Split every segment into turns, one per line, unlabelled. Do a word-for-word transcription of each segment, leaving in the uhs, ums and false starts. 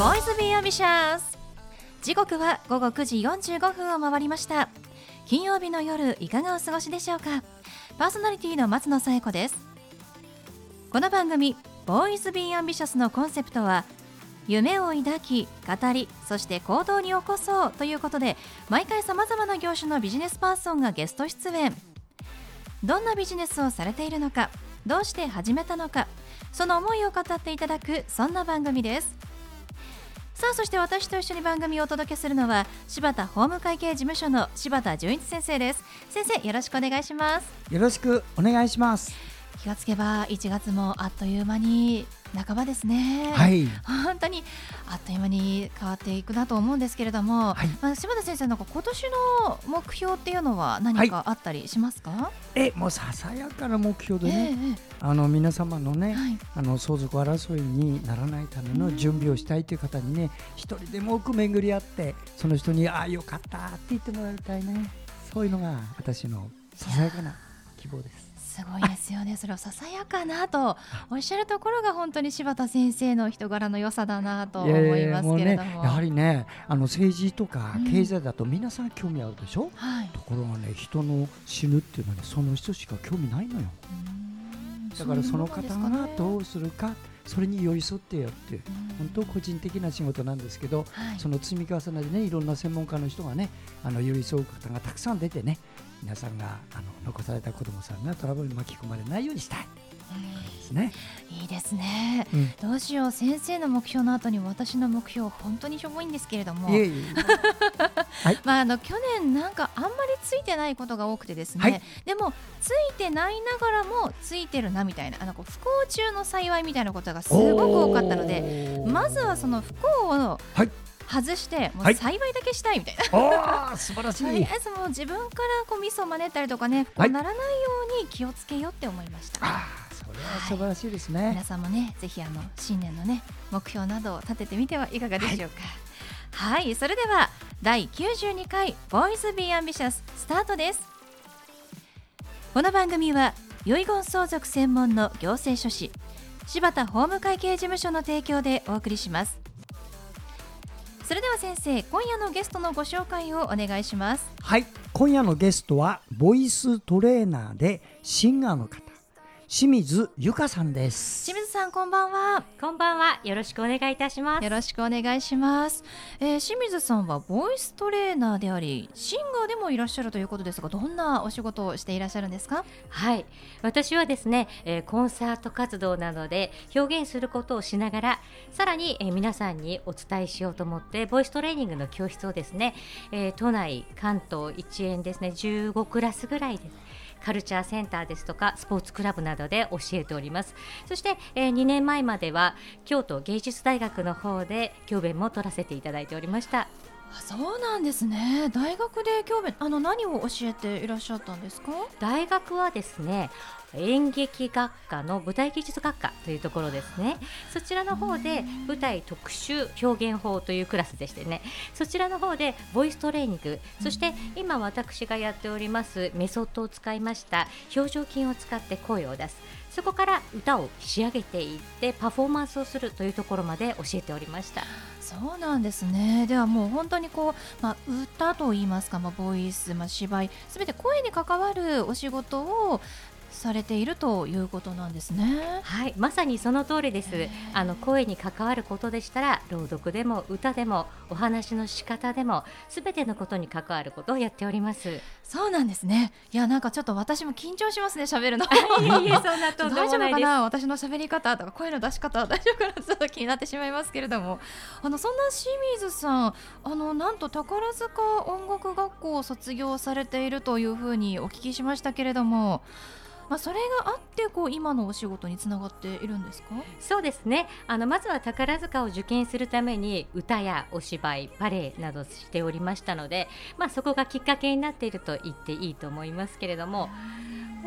Boys Be Ambitious。 時刻は午後くじよんじゅうごふんを回りました。金曜日の夜いかがお過ごしでしょうか。パーソナリティの松野紗友子です。この番組 Boys Be Ambitious のコンセプトは夢を抱き語りそして行動に起こそうということで、毎回さまざまな業種のビジネスパーソンがゲスト出演。どんなビジネスをされているのか、どうして始めたのか、その思いを語っていただく、そんな番組です。さあ、そして私と一緒に番組をお届けするのは柴田法務会計事務所の柴田純一先生です。先生、よろしくお願いします。
よろしくお願いします。
気がつけばいちがつもあっという間に半ばですね。
はい、
本当にあっという間に変わっていくなと思うんですけれども、はい、まあ、柴田先生、なんか今年の目標っていうのは何かあったりしますか？はい、
えもうささやかな目標でね、えー、あの皆様のね、はい、あの相続争いにならないための準備をしたいという方にね、一人でも多く巡り合ってその人にああよかったって言ってもらいたいね。そういうのが私のささやかな希望です。
すごいですよね。それをささやかなとおっしゃるところが本当に柴田先生の人柄の良さだなと思いますけれども、
いやいやもうね、やはりね、あの政治とか経済だと皆さん興味あるでしょ、うん、はい、ところがね、人の死ぬっていうのは、ね、その人しか興味ないのよ。うーん、だからその方がどうするか、それに寄り添ってやっていう、本当個人的な仕事なんですけど、はい、その積み重ねでね、いろんな専門家の人がね、あの寄り添う方がたくさん出てね、皆さんがあの残された子どもさんがトラブルに巻き込まれないようにしたいですね。
いいですね、うん、どうしよう、先生の目標の後に私の目標本当にしょぼいんですけれども、いえいえはい、まあ、あの去年なんかあんまりついてないことが多くてですね、はい、でもついてないながらもついてるなみたいな、あのこう不幸中の幸いみたいなことがすごく多かったので、まずはその不幸を、はい、外してもう幸いだけしたいみたいな、
はい、素晴らしい。とり
あえずもう自分からこうミスを招いたりとかね、こうならないように気をつけようって思いました。
あ、それは素晴らしいですね、はい、
皆さんもね、ぜひあの新年のね目標などを立ててみてはいかがでしょうか。はい、はい、それではだいきゅうじゅうにかい Boys Be Ambitious スタートです。この番組は遺言相続専門の行政書士柴田法務会計事務所の提供でお送りします。それでは先生、今夜のゲストのご紹介をお願いします。
はい、今夜のゲストはボイストレーナーでシンガーの方、清水由香さんです。
清水さん、こんばんは。
こんばんは、よろしくお願いいたします。
よろしくお願いします、えー、清水さんはボイストレーナーでありシンガーでもいらっしゃるということですが、どんなお仕事をしていらっしゃるんですか？
はい、私はですね、えー、コンサート活動などで表現することをしながら、さらに、えー、皆さんにお伝えしようと思ってボイストレーニングの教室をですね、えー、都内関東一円ですね、じゅうごクラスぐらいです。カルチャーセンターですとかスポーツクラブなどで教えております。そして、えー、にねんまえまでは京都芸術大学の方で教鞭も取らせていただいておりました。
あ、そうなんですね。大学で教鞭、あの何を教えていらっしゃったんですか？
大学はですね、演劇学科の舞台芸術学科というところですね。そちらの方で舞台特殊表現法というクラスでしてね、そちらの方でボイストレーニング、そして今私がやっておりますメソッドを使いました表情筋を使って声を出す、そこから歌を仕上げていってパフォーマンスをするというところまで教えておりました。
そうなんですね。ではもう本当にこう、まあ、歌といいますか、まあ、ボイス、まあ、芝居、すべて声に関わるお仕事をされているということなんですね。
はい、まさにその通りです。あの声に関わることでしたら、朗読でも歌でもお話の仕方でも全てのことに関わることをやっております。
そうなんですね。いや、なんかちょっと私も緊張しますね、喋るの。
いえいえ、そんなとんでもないです。
大丈夫かな、私の喋り方とか声の出し方大丈夫かな、ちょっと気になってしまいますけれども、あのそんな清水さん、あのなんと宝塚音楽学校を卒業されているというふうにお聞きしましたけれども、まあ、それがあってこう今のお仕事につながっているんですか？
そうですね、あのまずは宝塚を受験するために歌やお芝居、バレエなどしておりましたので、まあ、そこがきっかけになっていると言っていいと思いますけれども、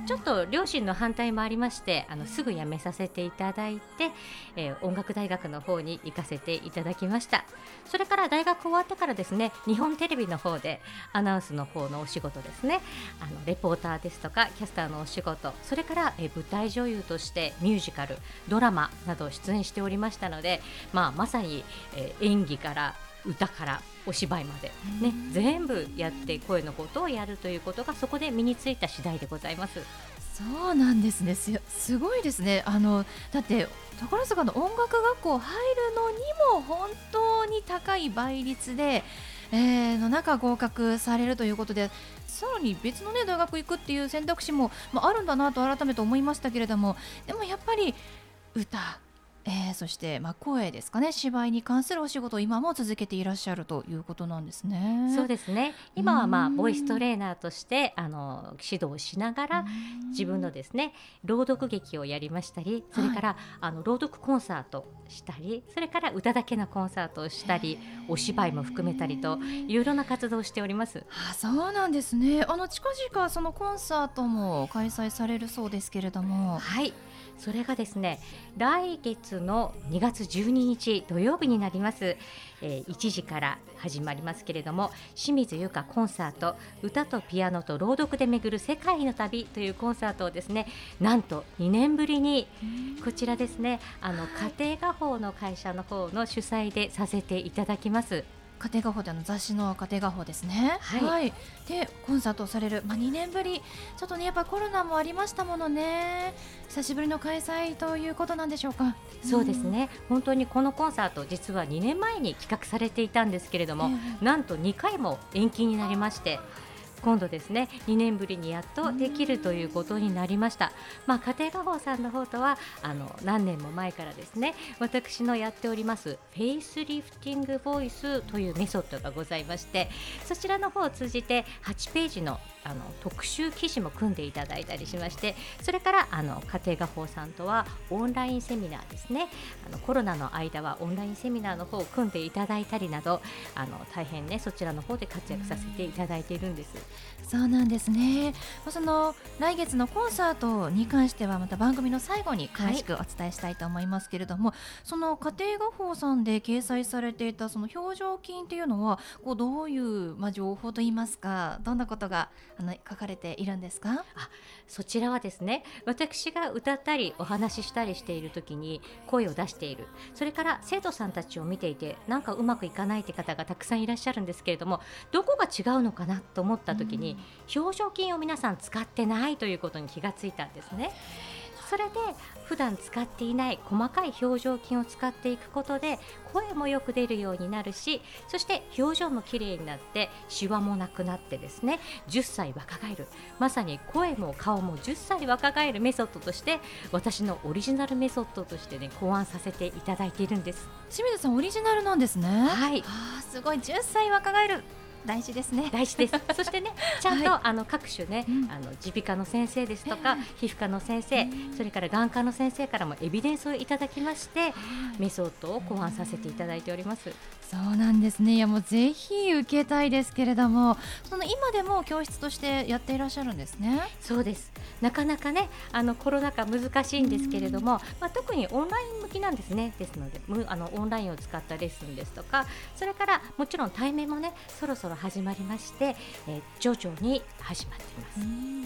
ちょっと両親の反対もありまして、あのすぐ辞めさせていただいて、えー、音楽大学の方に行かせていただきました。それから大学終わってからですね、日本テレビの方でアナウンスの方のお仕事ですね、あのレポーターですとかキャスターのお仕事、それから、えー、舞台女優としてミュージカル、ドラマなど出演しておりましたので、まあ、まさに、えー、演技から歌からお芝居まで、ね、全部やって声のことをやるということがそこで身についた次第でございます。
そうなんですね。 す, すごいですね。あのだって宝塚の音楽学校入るのにも本当に高い倍率で、えー、の中合格されるということで、さらに別の、ね、大学行くっていう選択肢も、まあ、あるんだなと改めて思いましたけれども、でもやっぱり歌、えー、そして、まあ、声ですかね、芝居に関するお仕事を今も続けていらっしゃるということなんですね。
そうですね。今は、まあ、ボイストレーナーとしてあの指導しながら自分のですね朗読劇をやりましたり、それから、はい、あの朗読コンサートしたり、それから歌だけのコンサートをしたり、お芝居も含めたりといろいろな活動をしております。
あ、そうなんですね。あの近々そのコンサートも開催されるそうですけれども。
はい、それがですね、来月のにがつじゅうににち土曜日になります、えー、いちじから始まりますけれども、清水由佳コンサート、歌とピアノと朗読で巡る世界の旅というコンサートをですね、なんとにねんぶりにこちらですね、あの家庭画報の会社の方の主催でさせていただきます。
家庭画報であの雑誌の家庭画報ですね。
はい、
はい、でコンサートをされる、まあ、にねんぶり、ちょっとねやっぱコロナもありましたものね。久しぶりの開催ということなんでしょうか。
そうですね、本当にこのコンサート実はにねんまえに企画されていたんですけれども、えー、なんとにかいも延期になりまして、今度ですねにねんぶりにやっとできるということになりました。まあ、家庭画報さんの方とはあの何年も前からですね、私のやっておりますフェイスリフティングボイスというメソッドがございまして、そちらの方を通じてはちページのあの特集記事も組んでいただいたりしまして、それからあの家庭画報さんとはオンラインセミナーですね、あのコロナの間はオンラインセミナーの方を組んでいただいたりなど、あの大変ねそちらの方で活躍させていただいているんです。
そうなんですね。その来月のコンサートに関してはまた番組の最後に詳しくお伝えしたいと思いますけれども、はい、その家庭画報さんで掲載されていたその表情筋というのはこうどういう、まあ、情報といいますか、どんなことがあの書かれているんですか？
あ、そちらはですね、私が歌ったりお話ししたりしている時に声を出している、それから生徒さんたちを見ていてなんかうまくいかないって方がたくさんいらっしゃるんですけれども、どこが違うのかなと思った時に、うん、表情筋を皆さん使ってないということに気がついたんですね。それで普段使っていない細かい表情筋を使っていくことで声もよく出るようになるし、そして表情も綺麗になってシワもなくなってですね、じゅっさい若返る、まさに声も顔もじゅっさい若返るメソッドとして、私のオリジナルメソッドとしてね考案させていただいているんです。
清水さんオリジナルなんですね。
はい、
あ、すごい、じゅっさい若返る、大事ですね。
大事です。そしてね、ちゃんと、
はい、
あの各種ね、うん、あの耳鼻科の先生ですとか、えー、皮膚科の先生、それから眼科の先生からもエビデンスをいただきまして、メソッドを考案させていただいております。
そうなんですね。いやもうぜひ受けたいですけれども、その今でも教室としてやっていらっしゃるんですね。
そうです。なかなかね、あのコロナ禍難しいんですけれども、まあ、特にオンライン向きなんですね。ですのであのオンラインを使ったレッスンですとか、それからもちろん対面もねそろそろ始まりまして、えー、徐々に始まっています。
うん、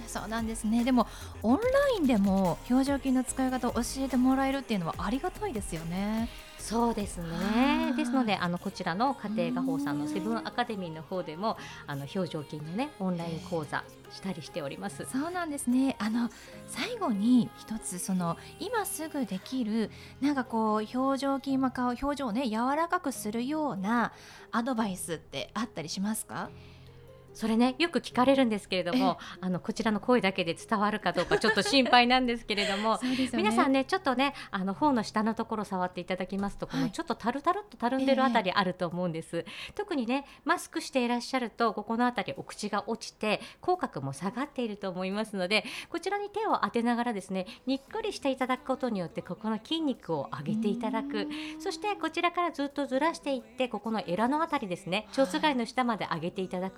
そうなんですね。でもオンラインでも表情筋の使い方を教えてもらえるっていうのはありがたいですよね。
そうですね。ですのであのこちらの家庭画報さんのセブンアカデミーの方でもあの表情筋のねオンライン講座したりしております。
そうなんですね。あの最後に一つ、その今すぐできるなんかこう表情筋、まあ、顔表情をね柔らかくするようなアドバイスってあったりしますか？
それねよく聞かれるんですけれども、あのこちらの声だけで伝わるかどうかちょっと心配なんですけれども、ね、皆さんねちょっとねあの頬の下のところ触っていただきますと、このちょっとタルタルっとたるんでるあたりあると思うんです、えー、特にねマスクしていらっしゃるとここのあたりお口が落ちて口角も下がっていると思いますので、こちらに手を当てながらですねにっくりしていただくことによってここの筋肉を上げていただく、そしてこちらからずっとずらしていってここのエラのあたりですね、蝶番の下まで上げていただくと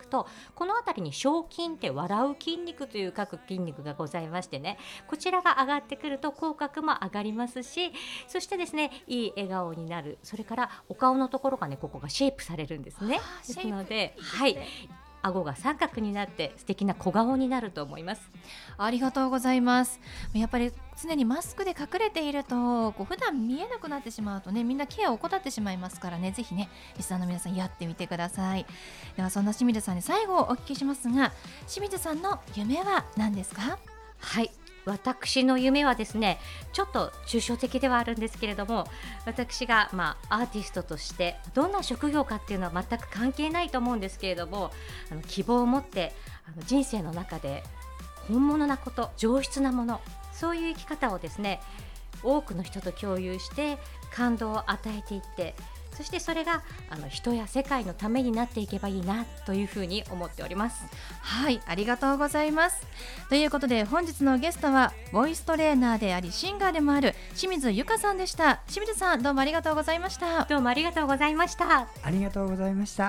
このあたりに小筋って笑う筋肉という各筋肉がございましてね、こちらが上がってくると口角も上がりますし、そしてですねいい笑顔になる。それからお顔のところがねここがシェイプされるんですね。ですので、はい、顎が三角になって素敵な小顔になると思います。
ありがとうございます。やっぱり常にマスクで隠れているとこう普段見えなくなってしまうとね、みんなケアを怠ってしまいますからね、ぜひねリスナーの皆さんやってみてください。ではそんな清水さんに最後お聞きしますが、清水さんの夢は何ですか？
はい、私の夢はですね、ちょっと抽象的ではあるんですけれども、私が、まあ、アーティストとしてどんな職業かっていうのは全く関係ないと思うんですけれども、あの希望を持ってあの人生の中で本物なこと、上質なもの、そういう生き方をですね多くの人と共有して感動を与えていって、そしてそれがあの人や世界のためになっていけばいいなというふうに思っております。
はい、ありがとうございます。ということで本日のゲストはボイストレーナーでありシンガーでもある清水由佳さんでした。清水さん、どうもありがとうございました。
どうもありがとうございました。
ありがとうございました。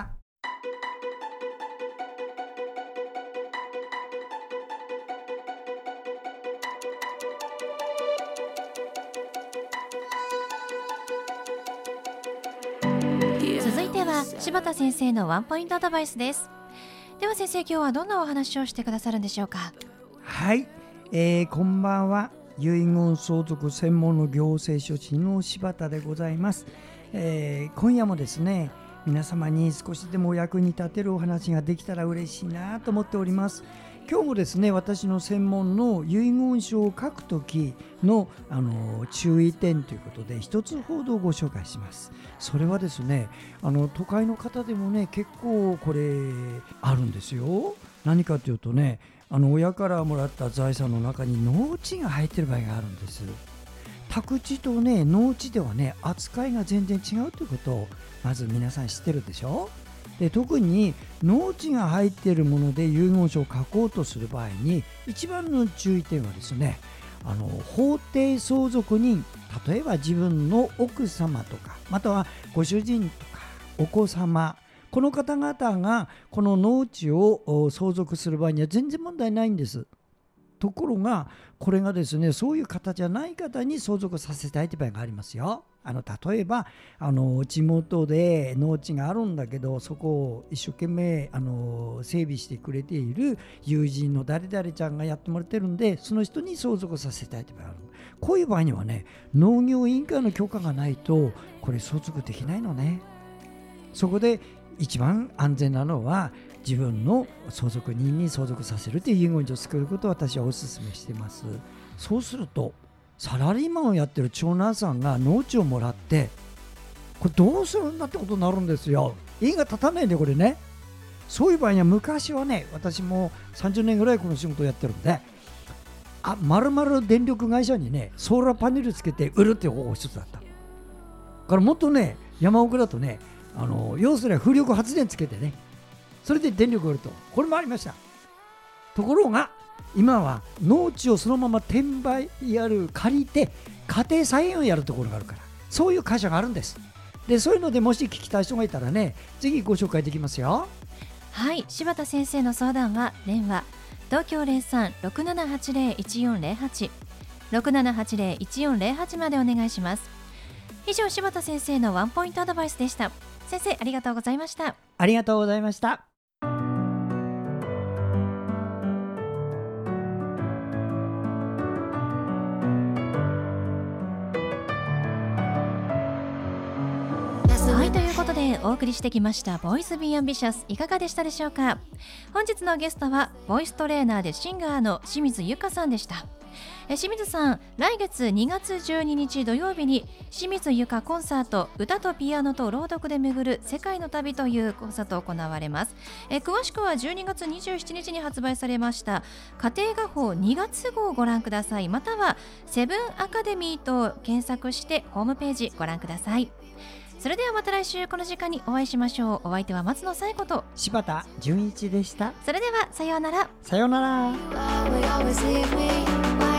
続いては柴田先生のワンポイントアドバイスです。では先生、今日はどんなお話をしてくださるんでしょうか？
はい、えー、こんばんは。遺言相続専門の行政書士の柴田でございます。えー、今夜もですね皆様に少しでもお役に立てるお話ができたら嬉しいなと思っております。今日もですね私の専門の遺言書を書くときの、あの注意点ということで一つほどご紹介します。それはですね、あの都会の方でもね結構これあるんですよ。何かというとね、あの親からもらった財産の中に農地が入っている場合があるんです。宅地とね農地ではね扱いが全然違うということをまず皆さん知ってるでしょ。で特に農地が入っているもので遺言書を書こうとする場合に一番の注意点はですね、あの法定相続人、例えば自分の奥様とかまたはご主人とかお子様、この方々がこの農地を相続する場合には全然問題ないんです。ところがこれがですねそういう方じゃない方に相続させたいという場合がありますよ。あの例えばあの地元で農地があるんだけどそこを一生懸命あの整備してくれている友人の誰々ちゃんがやってもらってるんでその人に相続させたいという場合がある。こういう場合にはね農業委員会の許可がないとこれ相続できないのね。そこで一番安全なのは自分の相続人に相続させるという遺言書を作ることを私はお勧めしています。そうするとサラリーマンをやってる長男さんが農地をもらってこれどうするんだってことになるんですよ。家が建たないんでこれね。そういう場合には昔はね私もさんじゅうねんぐらいこの仕事をやってるんで、あ丸々電力会社にねソーラーパネルつけて売るっていう方法一つだった。だからもっとね山奥だとねあの要するに風力発電つけてねそれで電力を売ると、これもありました。ところが今は農地をそのまま転売やる借りて家庭菜園をやるところがあるから、そういう会社があるんです。でそういうのでもし聞きたい人がいたらねぜひご紹介できますよ。
はい、柴田先生の相談は電話東京 ゼロさん ろくななはちゼロ いちよんゼロはち ろくななはちゼロ いちよんゼロはちまでお願いします。以上、柴田先生のワンポイントアドバイスでした。先生ありがとうございました。
ありがとうございました。
はい、ということでお送りしてきましたボイスビーアンビシャス、いかがでしたでしょうか？本日のゲストはボイストレーナーでシンガーの清水由佳さんでした。え清水さん、来月にがつじゅうににち土曜日に清水由佳コンサート、歌とピアノと朗読で巡る世界の旅というコンサートを行われます。え詳しくはじゅうにがつにじゅうしちにちに発売されました家庭画報にがつ号をご覧ください。またはセブンアカデミーと検索してホームページご覧ください。それではまた来週この時間にお会いしましょう。お相手は松野紗友子と
柴田純一でした。
それではさようなら。
さようなら。